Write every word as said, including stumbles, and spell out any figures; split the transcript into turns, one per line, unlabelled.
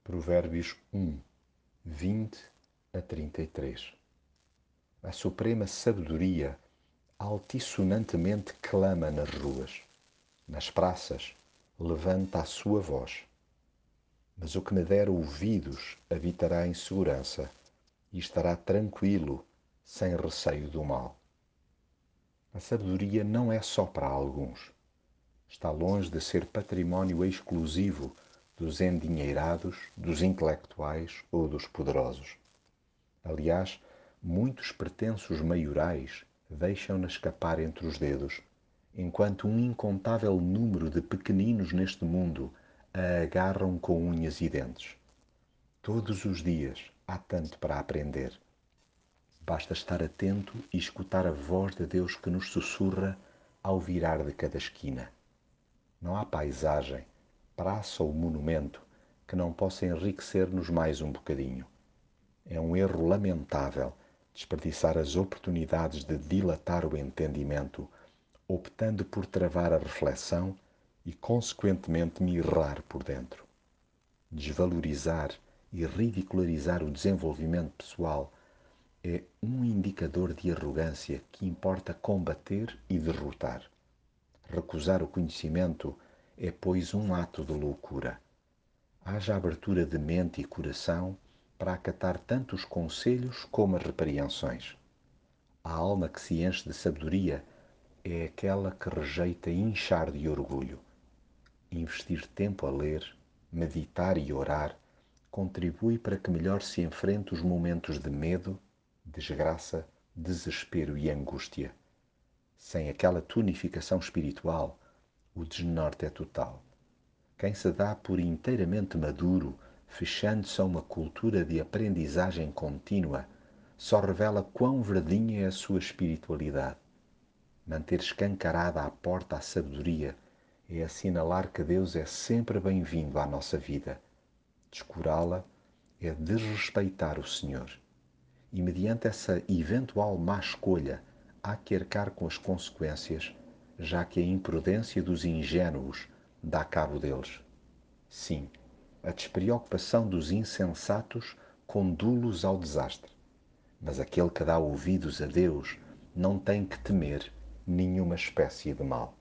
Provérbios um, vinte a trinta e três. A suprema sabedoria altissonantemente clama nas ruas, nas praças, levanta a sua voz. Mas o que me der ouvidos habitará em segurança e estará tranquilo, sem receio do mal. A sabedoria não é só para alguns. Está longe de ser património exclusivo dos endinheirados, dos intelectuais ou dos poderosos. Aliás, muitos pretensos maiorais deixam-na escapar entre os dedos, enquanto um incontável número de pequeninos neste mundo a agarram com unhas e dentes. Todos os dias há tanto para aprender. Basta estar atento e escutar a voz de Deus que nos sussurra ao virar de cada esquina. Não há paisagem, praça ou monumento que não possa enriquecer-nos mais um bocadinho. É um erro lamentável desperdiçar as oportunidades de dilatar o entendimento, optando por travar a reflexão e, consequentemente, mirrar por dentro. Desvalorizar e ridicularizar o desenvolvimento pessoal é um indicador de arrogância que importa combater e derrotar. Recusar o conhecimento é, pois, um ato de loucura. Haja abertura de mente e coração para acatar tanto os conselhos como as repreensões. A alma que se enche de sabedoria é aquela que rejeita inchar de orgulho. Investir tempo a ler, meditar e orar contribui para que melhor se enfrente os momentos de medo, desgraça, desespero e angústia. Sem aquela tonificação espiritual, o desnorte é total. Quem se dá por inteiramente maduro, fechando-se a uma cultura de aprendizagem contínua, só revela quão verdinha é a sua espiritualidade. Manter escancarada a porta à sabedoria é assinalar que Deus é sempre bem-vindo à nossa vida. Descurá-la é desrespeitar o Senhor. E mediante essa eventual má escolha, há que arcar com as consequências, já que a imprudência dos ingênuos dá cabo deles. Sim, a despreocupação dos insensatos conduz-los ao desastre. Mas aquele que dá ouvidos a Deus não tem que temer nenhuma espécie de mal.